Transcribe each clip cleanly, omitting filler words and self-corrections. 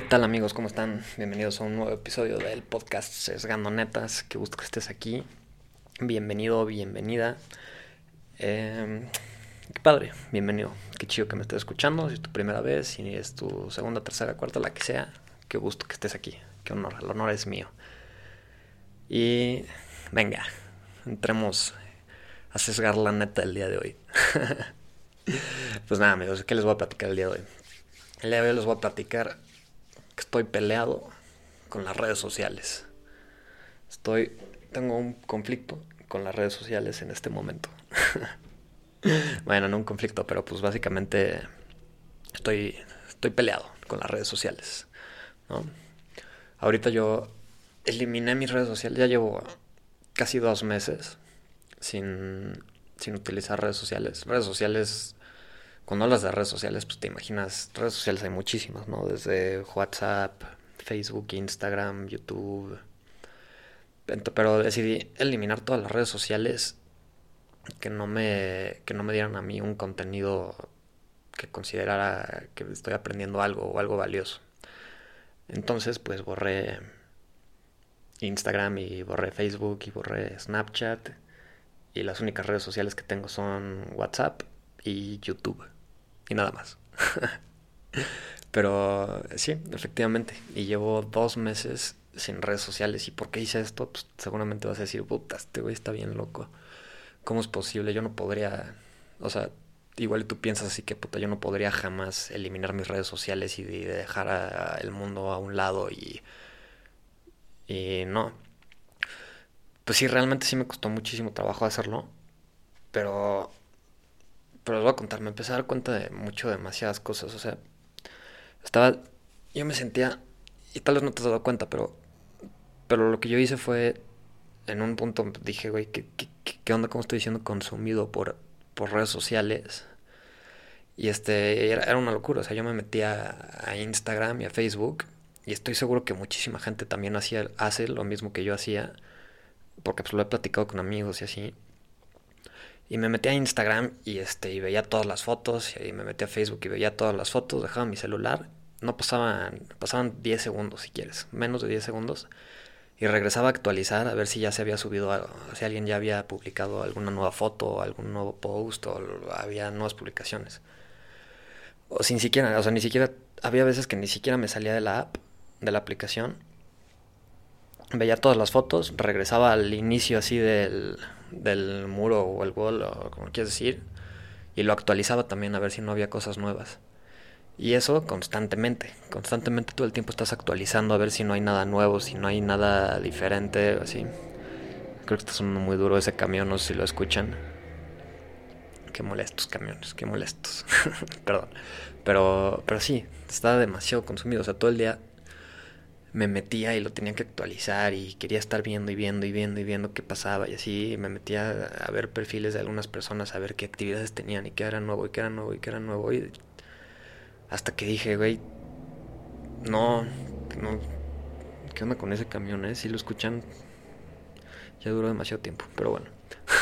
tal amigos? ¿Cómo están? Bienvenidos a un nuevo episodio del podcast Sesgando Netas. Qué gusto que estés aquí. Bienvenido, bienvenida. Qué padre, bienvenido. Qué chido que me estés escuchando. Si es tu primera vez, si es tu segunda, tercera, cuarta, la que sea. Qué gusto que estés aquí. Qué honor, el honor es mío. Y venga, entremos a sesgar la neta el día de hoy. Pues nada amigos, ¿qué les voy a platicar el día de hoy? El día de hoy les voy a platicar que estoy peleado con las redes sociales. Tengo un conflicto con las redes sociales en este momento. Bueno, no un conflicto, pero pues básicamente estoy peleado con las redes sociales, ¿no? Ahorita yo eliminé mis redes sociales, ya llevo casi 2 meses sin utilizar redes sociales. Redes sociales, cuando hablas de redes sociales, pues te imaginas, redes sociales hay muchísimas, ¿no? Desde WhatsApp, Facebook, Instagram, YouTube. Pero decidí eliminar todas las redes sociales que no me dieran a mí un contenido que considerara que estoy aprendiendo algo o algo valioso. Entonces, pues borré Instagram y borré Facebook y borré Snapchat. Y las únicas redes sociales que tengo son WhatsApp y YouTube. Y nada más. Pero sí, efectivamente. Y llevo 2 meses sin redes sociales. ¿Y por qué hice esto? Pues seguramente vas a decir, puta, este güey está bien loco. ¿Cómo es posible? Yo no podría, o sea, igual tú piensas así que puta, yo no podría jamás eliminar mis redes sociales y dejar el mundo a un lado y no. Pues sí, realmente sí me costó muchísimo trabajo hacerlo, pero, pero les voy a contar, me empecé a dar cuenta de demasiadas cosas, o sea, estaba, yo me sentía, y tal vez no te has dado cuenta, pero lo que yo hice fue, en un punto dije, güey, ¿qué onda? ¿Cómo estoy siendo consumido por redes sociales? Y era una locura, o sea, yo me metía a Instagram y a Facebook y estoy seguro que muchísima gente también hace lo mismo que yo hacía, porque pues lo he platicado con amigos y así. Y me metía a Instagram y veía todas las fotos, y me metía a Facebook y veía todas las fotos, dejaba mi celular, no pasaban 10 segundos si quieres, menos de 10 segundos, y regresaba a actualizar a ver si ya se había subido algo, si alguien ya había publicado alguna nueva foto, algún nuevo post o había nuevas publicaciones. O sin siquiera, o sea, ni siquiera, había veces que ni siquiera me salía de la app, de la aplicación, veía todas las fotos, regresaba al inicio así del muro o el wall, o como quieras decir, y lo actualizaba también a ver si no había cosas nuevas. Y eso constantemente todo el tiempo estás actualizando a ver si no hay nada nuevo, si no hay nada diferente, así. Creo que está sonando muy duro ese camión, no sé si lo escuchan. Qué molestos camiones, qué molestos. Perdón. Pero sí, estaba demasiado consumido. O sea, todo el día me metía y lo tenía que actualizar y quería estar viendo y viendo y viendo y viendo qué pasaba y así. Me metía a ver perfiles de algunas personas, a ver qué actividades tenían y qué era nuevo y qué era nuevo y qué era nuevo. Y hasta que dije, güey, no, no, ¿qué onda con ese camión, eh? Si lo escuchan, ya duró demasiado tiempo, pero bueno.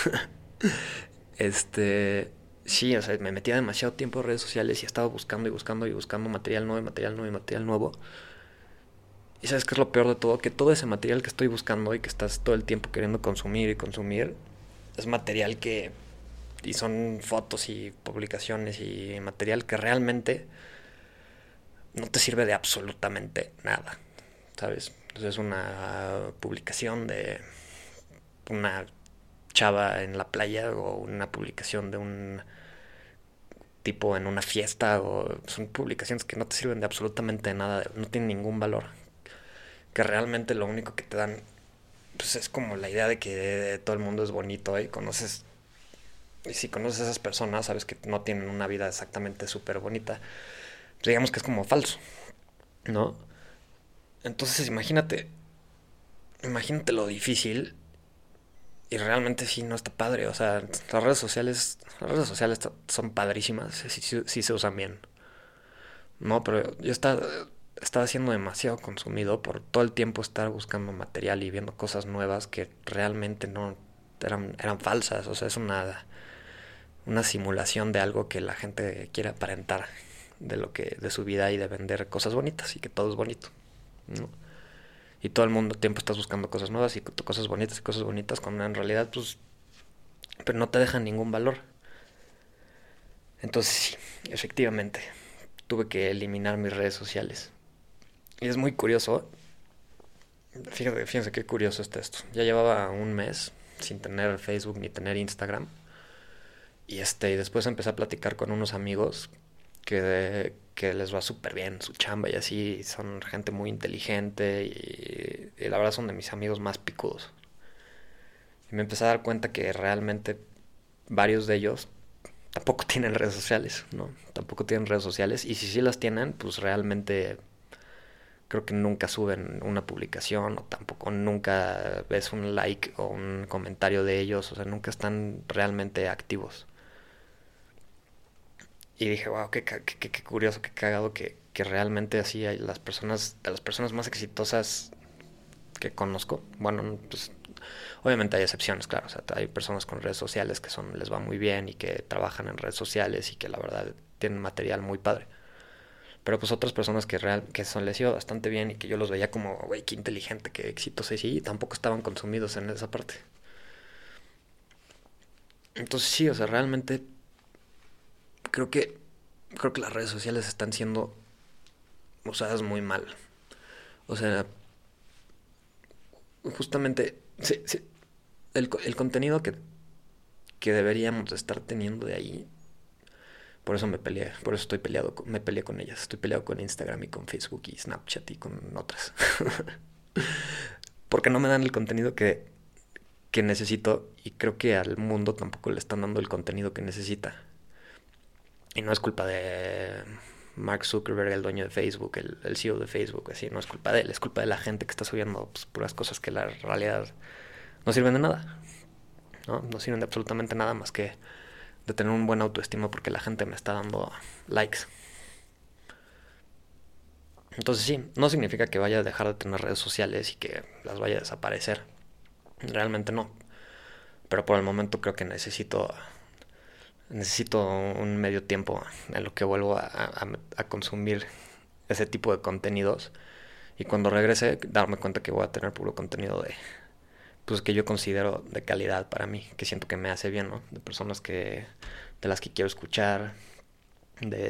Este, sí, o sea, me metía demasiado tiempo en redes sociales y estaba buscando y buscando y buscando material nuevo, material nuevo y material nuevo. Y sabes qué es lo peor de todo, que todo ese material que estoy buscando y que estás todo el tiempo queriendo consumir y consumir, es material y son fotos y publicaciones y material que realmente no te sirve de absolutamente nada, ¿sabes? Entonces es una publicación de una chava en la playa o una publicación de un tipo en una fiesta o son publicaciones que no te sirven de absolutamente nada, no tienen ningún valor, que realmente lo único que te dan pues es como la idea de que todo el mundo es bonito y si conoces a esas personas sabes que no tienen una vida exactamente súper bonita, pues digamos que es como falso, ¿no? Entonces imagínate lo difícil y realmente sí no está padre, o sea, las redes sociales son padrísimas si se usan bien, ¿no? Pero estaba siendo demasiado consumido por todo el tiempo estar buscando material y viendo cosas nuevas que realmente no eran falsas. O sea, es una simulación de algo que la gente quiere aparentar. de su vida y de vender cosas bonitas y que todo es bonito, ¿no? Y todo el mundo tiempo estás buscando cosas nuevas y cosas bonitas cuando en realidad pues pero no te dejan ningún valor. Entonces sí, efectivamente, tuve que eliminar mis redes sociales. Y es muy curioso, fíjense qué curioso está esto. Ya llevaba un mes sin tener Facebook ni tener Instagram. Y después empecé a platicar con unos amigos que les va súper bien su chamba y así, son gente muy inteligente y la verdad son de mis amigos más picudos. Y me empecé a dar cuenta que realmente varios de ellos tampoco tienen redes sociales, ¿no? Tampoco tienen redes sociales y si sí las tienen, pues realmente creo que nunca suben una publicación o tampoco nunca ves un like o un comentario de ellos, o sea, nunca están realmente activos. Y dije, wow, qué curioso, qué cagado que realmente así hay de las personas más exitosas que conozco. Bueno, pues obviamente hay excepciones, claro, o sea, hay personas con redes sociales que les va muy bien y que trabajan en redes sociales y que la verdad tienen material muy padre. Pero pues otras personas que les iba bastante bien y que yo los veía como, güey, qué inteligente, qué exitoso y sí, tampoco estaban consumidos en esa parte. Entonces sí, o sea, realmente creo que creo que las redes sociales están siendo usadas muy mal. O sea, justamente sí, sí, el contenido que deberíamos estar teniendo de ahí. Por eso me peleé, por eso me peleé con ellas. Estoy peleado con Instagram y con Facebook y Snapchat y con otras. Porque no me dan el contenido que necesito y creo que al mundo tampoco le están dando el contenido que necesita. Y no es culpa de Mark Zuckerberg, el dueño de Facebook, el CEO de Facebook, así, no es culpa de él, es culpa de la gente que está subiendo pues, puras cosas que la realidad no sirven de nada, ¿no? No sirven de absolutamente nada más que de tener un buen autoestima porque la gente me está dando likes. Entonces sí, no significa que vaya a dejar de tener redes sociales y que las vaya a desaparecer. Realmente no. Pero por el momento creo que necesito un medio tiempo en lo que vuelvo a consumir ese tipo de contenidos y cuando regrese darme cuenta que voy a tener puro contenido pues que yo considero de calidad para mí, que siento que me hace bien, ¿no? De personas de las que quiero escuchar, de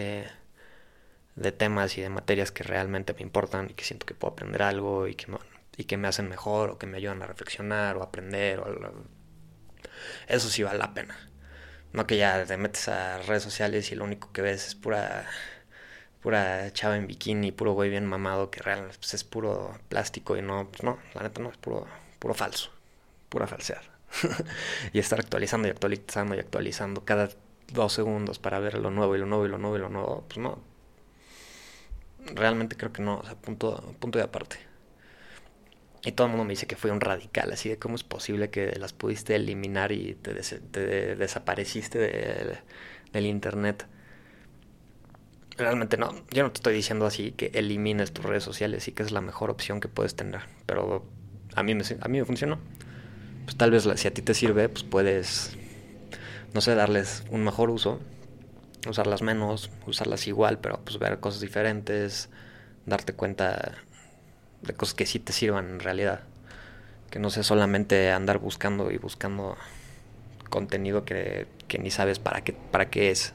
de temas y de materias que realmente me importan y que siento que puedo aprender algo y que me hacen mejor o que me ayudan a reflexionar o a aprender eso sí vale la pena. No que ya te metes a redes sociales y lo único que ves es pura chava en bikini, puro güey bien mamado que realmente pues, es puro plástico y no, pues no, la neta no, es puro falso, pura falsedad. Y estar actualizando y actualizando y actualizando cada 2 segundos para ver lo nuevo y lo nuevo y lo nuevo y lo nuevo, pues no, realmente creo que no, o sea, punto de aparte. Y todo el mundo me dice que fui un radical, así de cómo es posible que las pudiste eliminar y te desapareciste del internet. Realmente no, yo no te estoy diciendo así que elimines tus redes sociales y que es la mejor opción que puedes tener, pero a mí me funcionó. Pues tal vez si a ti te sirve, pues puedes, no sé, darles un mejor uso, usarlas menos, usarlas igual, pero pues ver cosas diferentes, darte cuenta de cosas que sí te sirvan en realidad. Que no sea solamente andar buscando y buscando contenido que ni sabes para qué es.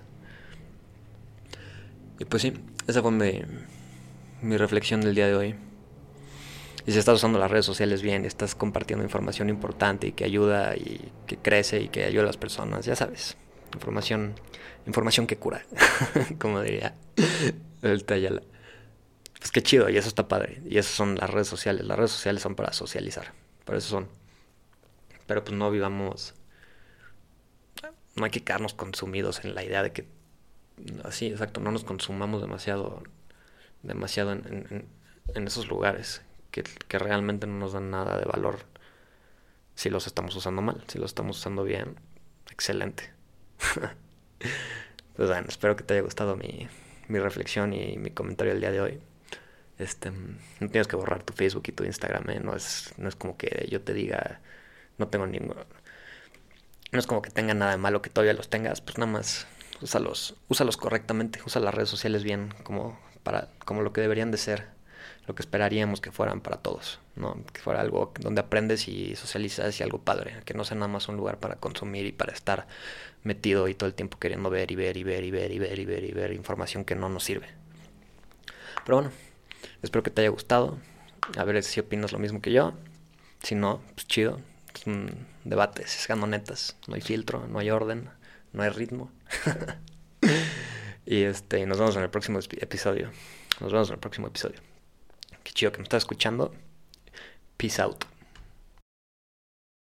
Y pues sí, esa fue mi reflexión del día de hoy. Y si estás usando las redes sociales bien y estás compartiendo información importante y que ayuda y que crece y que ayuda a las personas, ya sabes, información que cura, como diría el Tayala. Pues qué chido, y eso está padre. Y eso son las redes sociales. Las redes sociales son para socializar. Por eso son. Pero pues no vivamos. No hay que quedarnos consumidos en la idea de que. Así, exacto, no nos consumamos demasiado en esos lugares que realmente no nos dan nada de valor si los estamos usando mal. Si los estamos usando bien, excelente. Pues bueno, espero que te haya gustado mi reflexión y mi comentario el día de hoy. No tienes que borrar tu Facebook y tu Instagram, ¿eh? No es como que yo te diga, no tengo ningún, no es como que tenga nada de malo que todavía los tengas, pues nada más, úsalos correctamente, usa las redes sociales bien, como lo que deberían de ser, lo que esperaríamos que fueran para todos, ¿no? Que fuera algo donde aprendes y socializas y algo padre, que no sea nada más un lugar para consumir y para estar metido y todo el tiempo queriendo ver y ver y ver y ver y ver y ver y ver información que no nos sirve. Pero bueno, espero que te haya gustado. A ver si opinas lo mismo que yo. Si no, pues chido. Es un debate, sesgando netas. No hay filtro, no hay orden, no hay ritmo. Y nos vemos en el próximo episodio. Nos vemos en el próximo episodio. Qué chido que me estás escuchando. Peace out.